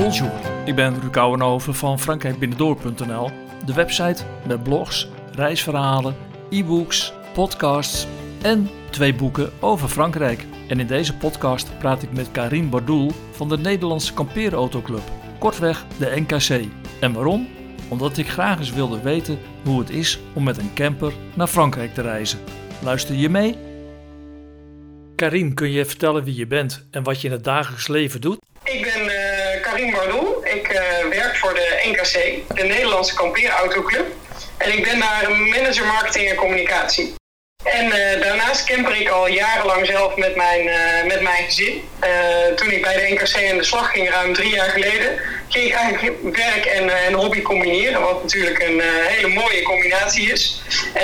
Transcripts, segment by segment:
Bonjour, ik ben Ruud Kouwenhoven van frankrijkbinnendoor.nl, de website met blogs, reisverhalen, e-books, podcasts en 2 boeken over Frankrijk. En in deze podcast praat ik met Karine Bardoel van de Nederlandse Kampeerautoclub, kortweg de NKC. En waarom? Omdat ik graag eens wilde weten hoe het is om met een camper naar Frankrijk te reizen. Luister je mee? Karine, kun je vertellen wie je bent en wat je in het dagelijks leven doet? Ik ben Karine Bardoel. Ik werk voor de NKC, de Nederlandse Kampeerautoclub. En ik ben daar manager marketing en communicatie. En daarnaast camper ik al jarenlang zelf met mijn gezin. Toen ik bij de NKC aan de slag ging, ruim 3 jaar geleden, ging ik eigenlijk werk en hobby combineren. Wat natuurlijk een hele mooie combinatie is.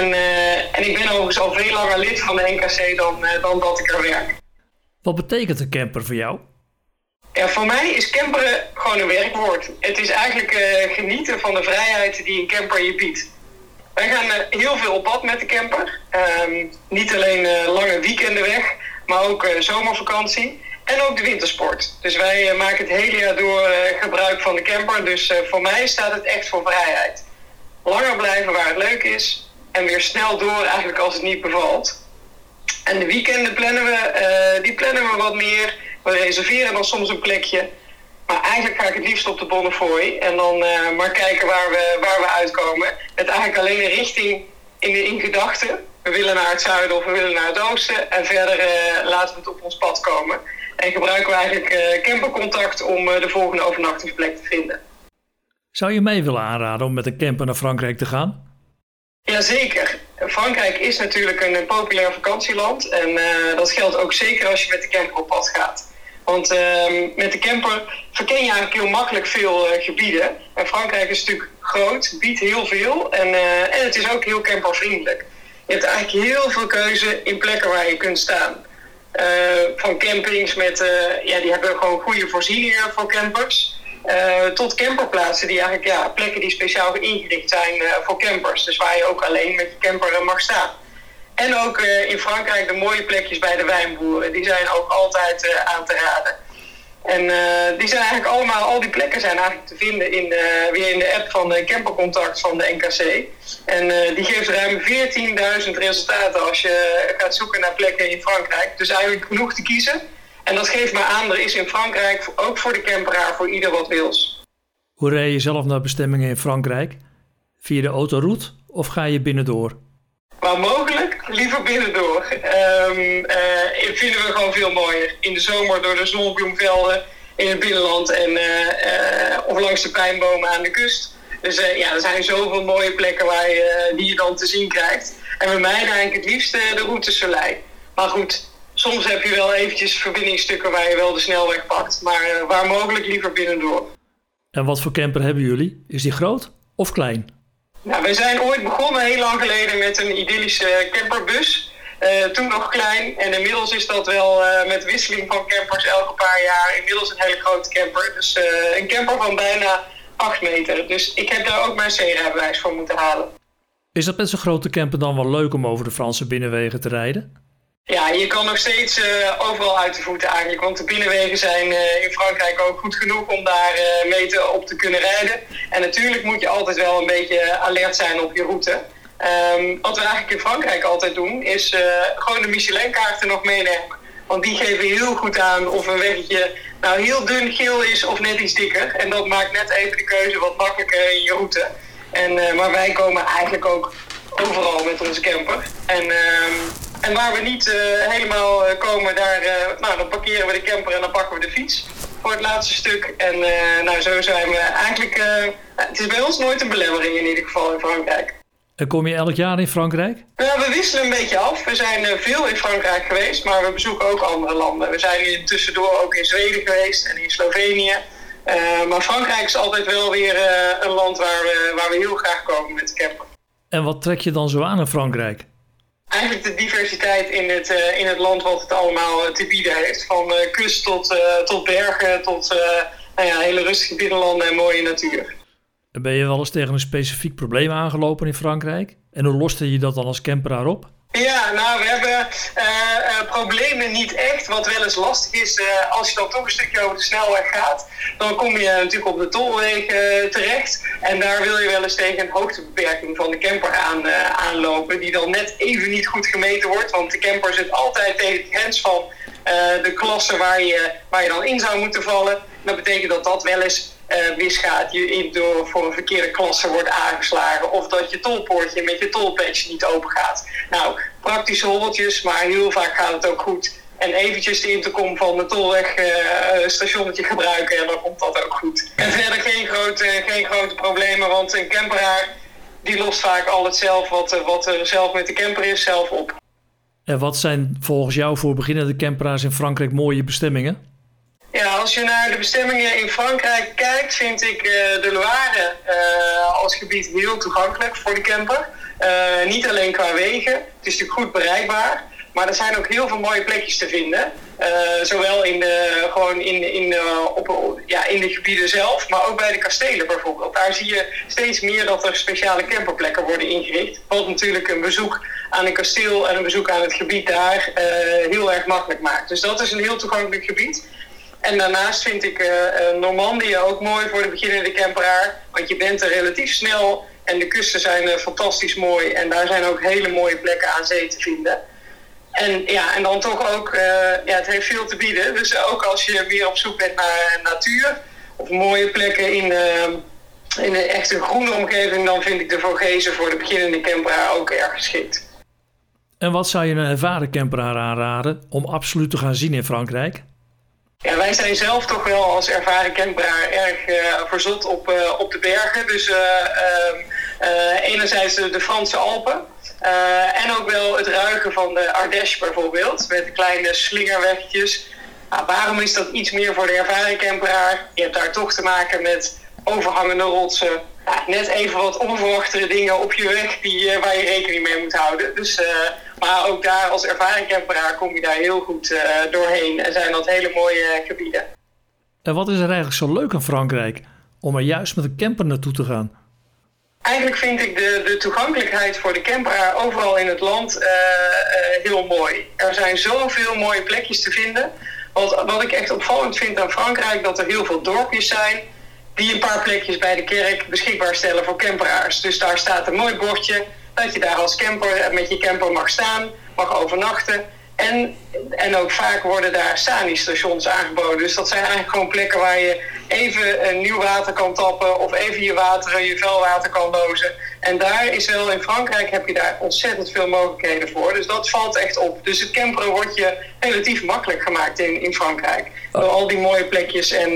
En ik ben overigens al veel langer lid van de NKC dan dat ik er werk. Wat betekent een camper voor jou? Ja, voor mij is camperen gewoon een werkwoord. Het is eigenlijk genieten van de vrijheid die een camper je biedt. Wij gaan heel veel op pad met de camper. Niet alleen lange weekenden weg, maar ook zomervakantie en ook de wintersport. Dus wij maken het hele jaar door gebruik van de camper. Dus voor mij staat het echt voor vrijheid. Langer blijven waar het leuk is en weer snel door eigenlijk als het niet bevalt. En de weekenden plannen we wat meer. We reserveren dan soms een plekje. Maar eigenlijk ga ik het liefst op de Bonnefoy. En dan maar kijken waar we uitkomen. Met eigenlijk alleen een richting in gedachten. We willen naar het zuiden of we willen naar het oosten. En verder laten we het op ons pad komen. En gebruiken we eigenlijk campercontact om de volgende overnachtingsplek te vinden. Zou je mij willen aanraden om met een camper naar Frankrijk te gaan? Jazeker. Frankrijk is natuurlijk een populair vakantieland. En dat geldt ook zeker als je met de camper op pad gaat. Want met de camper verken je eigenlijk heel makkelijk veel gebieden. En Frankrijk is natuurlijk groot, biedt heel veel en het is ook heel campervriendelijk. Je hebt eigenlijk heel veel keuze in plekken waar je kunt staan. Van campings die hebben gewoon goede voorzieningen voor campers. Tot camperplaatsen die eigenlijk plekken die speciaal ingericht zijn voor campers. Dus waar je ook alleen met je camper mag staan. En ook in Frankrijk de mooie plekjes bij de wijnboeren. Die zijn ook altijd aan te raden. En die zijn eigenlijk al die plekken zijn eigenlijk te vinden weer in de app van de Campercontact van de NKC. En die geeft ruim 14.000 resultaten als je gaat zoeken naar plekken in Frankrijk. Dus eigenlijk genoeg te kiezen. En dat geeft maar aan, er is in Frankrijk ook voor de camperaar voor ieder wat wils. Hoe rij je zelf naar bestemmingen in Frankrijk? Via de autoroute of ga je binnendoor? Waar mogelijk, liever binnendoor. Vinden we gewoon veel mooier. In de zomer door de zonnebloemvelden in het binnenland of langs de pijnbomen aan de kust. Dus er zijn zoveel mooie plekken die je dan te zien krijgt. En we mijden eigenlijk het liefst de route Soleil. Maar goed, soms heb je wel eventjes verbindingsstukken waar je wel de snelweg pakt. Maar waar mogelijk liever binnendoor. En wat voor camper hebben jullie? Is die groot of klein? Nou, we zijn ooit begonnen heel lang geleden met een idyllische camperbus. Toen nog klein en inmiddels is dat wel met wisseling van campers elke paar jaar inmiddels een hele grote camper. Dus een camper van bijna 8 meter. Dus ik heb daar ook mijn C-rijbewijs voor moeten halen. Is dat met zo'n grote camper dan wel leuk om over de Franse binnenwegen te rijden? Ja, je kan nog steeds overal uit de voeten eigenlijk. Want de binnenwegen zijn in Frankrijk ook goed genoeg om daar mee op te kunnen rijden. En natuurlijk moet je altijd wel een beetje alert zijn op je route. Wat we eigenlijk in Frankrijk altijd doen, is gewoon de Michelin-kaarten nog meenemen. Want die geven heel goed aan of een weggetje nou heel dun geel is of net iets dikker. En dat maakt net even de keuze wat makkelijker in je route. Maar wij komen eigenlijk ook overal met onze camper. En waar we niet helemaal komen, dan parkeren we de camper en dan pakken we de fiets voor het laatste stuk. En zo zijn we eigenlijk... het is bij ons nooit een belemmering in ieder geval in Frankrijk. En kom je elk jaar in Frankrijk? Nou, we wisselen een beetje af. We zijn veel in Frankrijk geweest, maar we bezoeken ook andere landen. We zijn nu tussendoor ook in Zweden geweest en in Slovenië. Maar Frankrijk is altijd wel weer een land waar we heel graag komen met de camper. En wat trek je dan zo aan in Frankrijk? Eigenlijk de diversiteit in het land wat het allemaal te bieden heeft. Van kust tot bergen, tot hele rustige binnenlanden en mooie natuur. Ben je wel eens tegen een specifiek probleem aangelopen in Frankrijk? En hoe loste je dat dan als camperaar op? Ja, nou, we hebben problemen niet echt. Wat wel eens lastig is, als je dan toch een stukje over de snelweg gaat, dan kom je natuurlijk op de tolwegen terecht. En daar wil je wel eens tegen een hoogtebeperking van de camper aanlopen, die dan net even niet goed gemeten wordt. Want de camper zit altijd tegen de grens van de klasse waar je dan in zou moeten vallen. Dat betekent dat dat wel eens misgaat, je door voor een verkeerde klasse wordt aangeslagen, of dat je tolpoortje met je tolpatch niet open gaat. Nou, praktische hobbeltjes, maar heel vaak gaat het ook goed. En eventjes de intercom van de tolwegstationnetje gebruiken en dan komt dat ook goed. En verder geen grote problemen, want een camperaar die lost vaak al het zelf wat er zelf met de camper is, zelf op. En wat zijn volgens jou voor beginnende camperaars in Frankrijk mooie bestemmingen? Ja, als je naar de bestemmingen in Frankrijk kijkt, vind ik de Loire als gebied heel toegankelijk voor de camper. Niet alleen qua wegen, het is natuurlijk goed bereikbaar, maar er zijn ook heel veel mooie plekjes te vinden. Zowel in de gebieden zelf, maar ook bij de kastelen bijvoorbeeld. Daar zie je steeds meer dat er speciale camperplekken worden ingericht. Wat natuurlijk een bezoek aan een kasteel en een bezoek aan het gebied daar heel erg makkelijk maakt. Dus dat is een heel toegankelijk gebied. En daarnaast vind ik Normandië ook mooi voor de beginnende camperaar. Want je bent er relatief snel en de kusten zijn fantastisch mooi. En daar zijn ook hele mooie plekken aan zee te vinden. En dan toch ook, het heeft veel te bieden. Dus ook als je weer op zoek bent naar natuur of mooie plekken in een echte groene omgeving, dan vind ik de Vogezen voor de beginnende camperaar ook erg geschikt. En wat zou je een ervaren camperaar aanraden om absoluut te gaan zien in Frankrijk? Ja, wij zijn zelf toch wel als ervaren camperaar erg verzot op de bergen. Dus enerzijds de Franse Alpen. En ook wel het ruiken van de Ardèche bijvoorbeeld. Met de kleine slingerwegjes. Nou, waarom is dat iets meer voor de ervaren camperaar? Je hebt daar toch te maken met overhangende rotsen. Net even wat onverwachtere dingen op je weg waar je rekening mee moet houden. Dus, maar ook daar als ervaren camperaar kom je daar heel goed doorheen. En zijn dat hele mooie gebieden. En wat is er eigenlijk zo leuk aan Frankrijk om er juist met een camper naartoe te gaan? Eigenlijk vind ik de toegankelijkheid voor de camperaar overal in het land heel mooi. Er zijn zoveel mooie plekjes te vinden. Wat ik echt opvallend vind aan Frankrijk, dat er heel veel dorpjes zijn die een paar plekjes bij de kerk beschikbaar stellen voor camperaars. Dus daar staat een mooi bordje dat je daar als camper met je camper mag staan, mag overnachten. En ook vaak worden daar Sani-stations aangeboden. Dus dat zijn eigenlijk gewoon plekken waar je even een nieuw water kan tappen of even je vuilwater kan lozen. En daar is wel, in Frankrijk heb je daar ontzettend veel mogelijkheden voor. Dus dat valt echt op. Dus het camperen wordt je relatief makkelijk gemaakt in Frankrijk. Door al die mooie plekjes en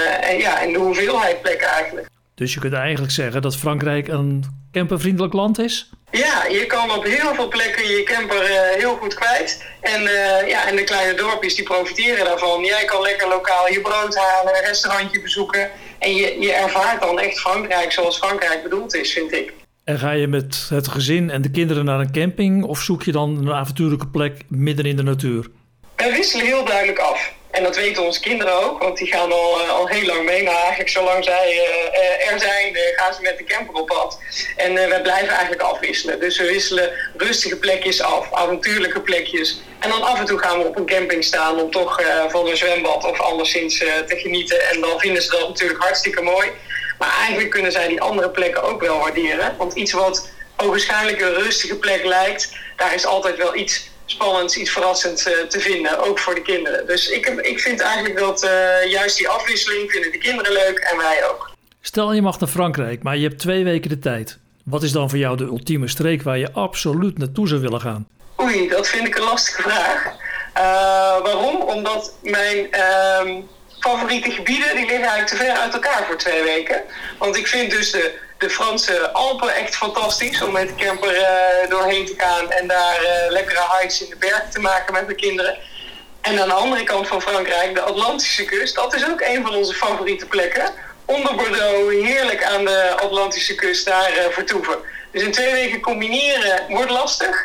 de hoeveelheid plekken eigenlijk. Dus je kunt eigenlijk zeggen dat Frankrijk een campervriendelijk land is? Ja, je kan op heel veel plekken je camper heel goed kwijt. En de kleine dorpjes die profiteren daarvan. Jij kan lekker lokaal je brood halen, een restaurantje bezoeken. En je ervaart dan echt Frankrijk zoals Frankrijk bedoeld is, vind ik. En ga je met het gezin en de kinderen naar een camping of zoek je dan een avontuurlijke plek midden in de natuur? Wij wisselen heel duidelijk af. En dat weten onze kinderen ook, want die gaan al heel lang mee. Nou, eigenlijk zolang zij er zijn, gaan ze met de camper op pad. En wij blijven eigenlijk afwisselen. Dus we wisselen rustige plekjes af, avontuurlijke plekjes. En dan af en toe gaan we op een camping staan om toch van een zwembad of anderszins te genieten. En dan vinden ze dat natuurlijk hartstikke mooi. Maar eigenlijk kunnen zij die andere plekken ook wel waarderen. Want iets wat ogenschijnlijk een rustige plek lijkt, daar is altijd wel iets spannends, iets verrassends te vinden, ook voor de kinderen. Dus ik vind eigenlijk dat juist die afwisseling vinden de kinderen leuk en wij ook. Stel je mag naar Frankrijk, maar je hebt 2 weken de tijd. Wat is dan voor jou de ultieme streek waar je absoluut naartoe zou willen gaan? Oei, dat vind ik een lastige vraag. Waarom? Omdat mijn favoriete gebieden die liggen eigenlijk te ver uit elkaar voor 2 weken. Want ik vind dus de Franse Alpen echt fantastisch om met de camper doorheen te gaan en daar lekkere hikes in de bergen te maken met mijn kinderen. En aan de andere kant van Frankrijk, de Atlantische kust, dat is ook een van onze favoriete plekken. Onder Bordeaux, heerlijk aan de Atlantische kust daar vertoeven. Dus in 2 weken combineren wordt lastig.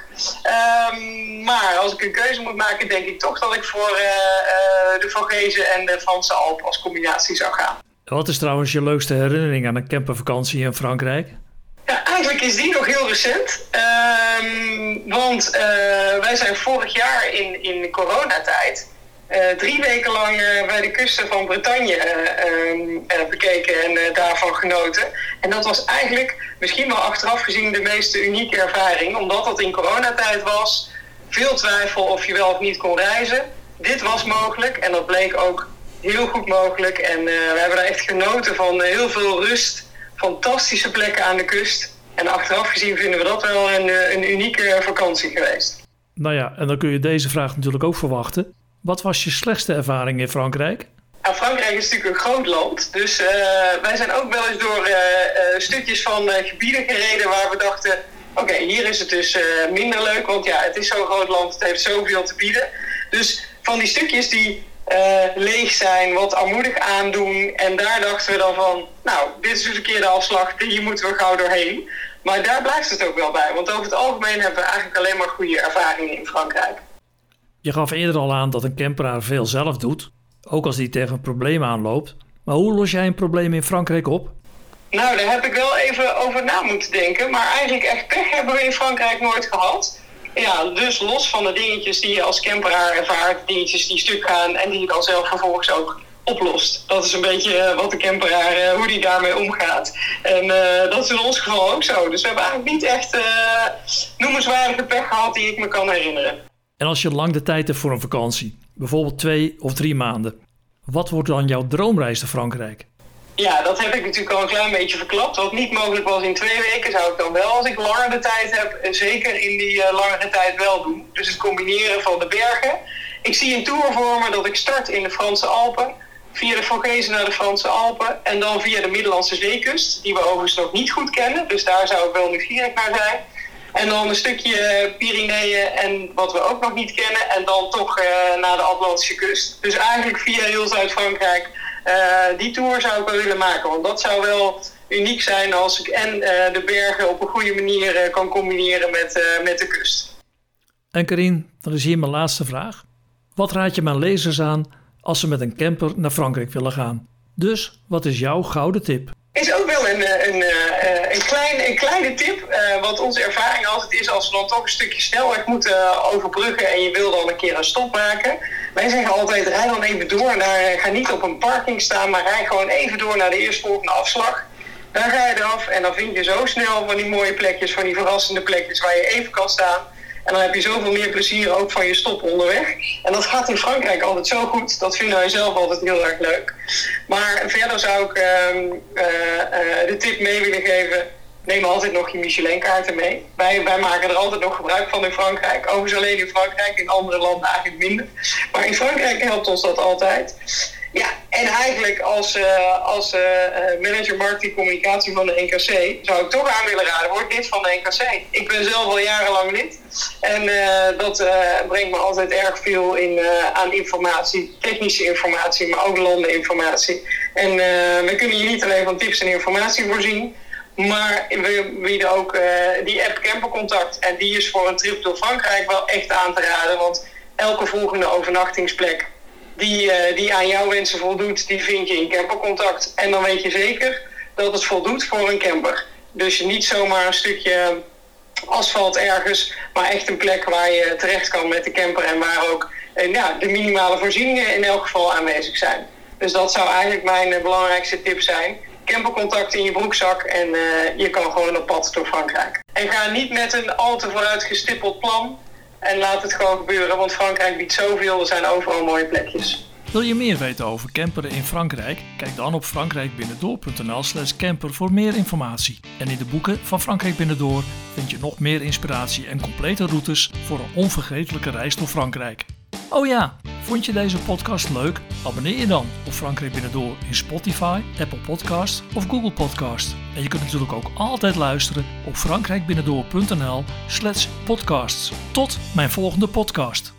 Maar als ik een keuze moet maken, denk ik toch dat ik voor de Vogezen en de Franse Alpen als combinatie zou gaan. Wat is trouwens je leukste herinnering aan een campervakantie in Frankrijk? Ja, eigenlijk is die nog heel recent. Want wij zijn vorig jaar in de coronatijd 3 weken lang bij de kusten van Bretagne bekeken en daarvan genoten. En dat was eigenlijk misschien wel achteraf gezien de meest unieke ervaring. Omdat dat in coronatijd was. Veel twijfel of je wel of niet kon reizen. Dit was mogelijk en dat bleek ook heel goed mogelijk. En we hebben daar echt genoten van heel veel rust. Fantastische plekken aan de kust. En achteraf gezien vinden we dat wel een unieke vakantie geweest. Nou ja, en dan kun je deze vraag natuurlijk ook verwachten. Wat was je slechtste ervaring in Frankrijk? Nou, Frankrijk is natuurlijk een groot land. Dus wij zijn ook wel eens door stukjes van gebieden gereden waar we dachten... Oké, hier is het dus minder leuk, want ja, het is zo'n groot land, het heeft zoveel te bieden. Dus van die stukjes die leeg zijn, wat armoedig aandoen. En daar dachten we dan van, nou, dit is dus een keer de afslag, hier moeten we gauw doorheen. Maar daar blijft het ook wel bij, want over het algemeen hebben we eigenlijk alleen maar goede ervaringen in Frankrijk. Je gaf eerder al aan dat een camperaar veel zelf doet, ook als hij tegen een probleem aanloopt. Maar hoe los jij een probleem in Frankrijk op? Nou, daar heb ik wel even over na moeten denken. Maar eigenlijk echt pech hebben we in Frankrijk nooit gehad. Ja, dus los van de dingetjes die je als camperaar ervaart, dingetjes die stuk gaan en die je dan zelf vervolgens ook oplost. Dat is een beetje wat de camperaar, hoe die daarmee omgaat. En dat is in ons geval ook zo. Dus we hebben eigenlijk niet echt noemenswaardige pech gehad die ik me kan herinneren. En als je lang de tijd hebt voor een vakantie, bijvoorbeeld 2 of 3 maanden, wat wordt dan jouw droomreis naar Frankrijk? Ja, dat heb ik natuurlijk al een klein beetje verklapt. Wat niet mogelijk was in 2 weken, zou ik dan wel, als ik langer de tijd heb, zeker in die langere tijd wel doen. Dus het combineren van de bergen. Ik zie een tour voor me dat ik start in de Franse Alpen, via de Vogezen naar de Franse Alpen en dan via de Middellandse Zeekust, die we overigens nog niet goed kennen. Dus daar zou ik wel nieuwsgierig naar zijn. En dan een stukje Pyreneeën en wat we ook nog niet kennen. En dan toch naar de Atlantische kust. Dus eigenlijk via heel Zuid-Frankrijk. Die tour zou ik wel willen maken. Want dat zou wel uniek zijn als ik en de bergen op een goede manier kan combineren met de kust. En Karien, dan is hier mijn laatste vraag. Wat raad je mijn lezers aan als ze met een camper naar Frankrijk willen gaan? Dus wat is jouw gouden tip? Is ook wel een kleine tip. Wat onze ervaring altijd is als we dan toch een stukje snelweg moeten overbruggen en je wil dan een keer een stop maken. Wij zeggen altijd, rij dan even door. Ga niet op een parking staan, maar rij gewoon even door naar de eerstvolgende afslag. Daar ga je eraf en dan vind je zo snel van die mooie plekjes, van die verrassende plekjes waar je even kan staan. En dan heb je zoveel meer plezier ook van je stop onderweg. En dat gaat in Frankrijk altijd zo goed. Dat vinden wij zelf altijd heel erg leuk. Maar verder zou ik de tip mee willen geven. Neem altijd nog je Michelin-kaarten mee. Wij maken er altijd nog gebruik van in Frankrijk. Overigens alleen in Frankrijk, in andere landen eigenlijk minder. Maar in Frankrijk helpt ons dat altijd. Ja, en eigenlijk als manager marketing communicatie van de NKC zou ik toch aan willen raden, word lid van de NKC. Ik ben zelf al jarenlang lid en dat brengt me altijd erg veel aan informatie, technische informatie, maar ook landeninformatie. En we kunnen je niet alleen van tips en informatie voorzien, maar we bieden ook die app Campercontact en die is voor een trip door Frankrijk wel echt aan te raden, want elke volgende overnachtingsplek die aan jouw wensen voldoet, die vind je in Campercontact. En dan weet je zeker dat het voldoet voor een camper. Dus niet zomaar een stukje asfalt ergens, maar echt een plek waar je terecht kan met de camper en waar ook de minimale voorzieningen in elk geval aanwezig zijn. Dus dat zou eigenlijk mijn belangrijkste tip zijn. Campercontact in je broekzak en je kan gewoon op pad door Frankrijk. En ga niet met een al te vooruitgestippeld plan. En laat het gewoon gebeuren, want Frankrijk biedt zoveel. Er zijn overal mooie plekjes. Wil je meer weten over camperen in Frankrijk? Kijk dan op frankrijkbinnendoor.nl/camper voor meer informatie. En in de boeken van Frankrijk Binnendoor vind je nog meer inspiratie en complete routes voor een onvergetelijke reis door Frankrijk. Oh ja, vond je deze podcast leuk? Abonneer je dan op Frankrijk Binnendoor in Spotify, Apple Podcasts of Google Podcasts. En je kunt natuurlijk ook altijd luisteren op frankrijkbinnendoor.nl/podcasts. Tot mijn volgende podcast.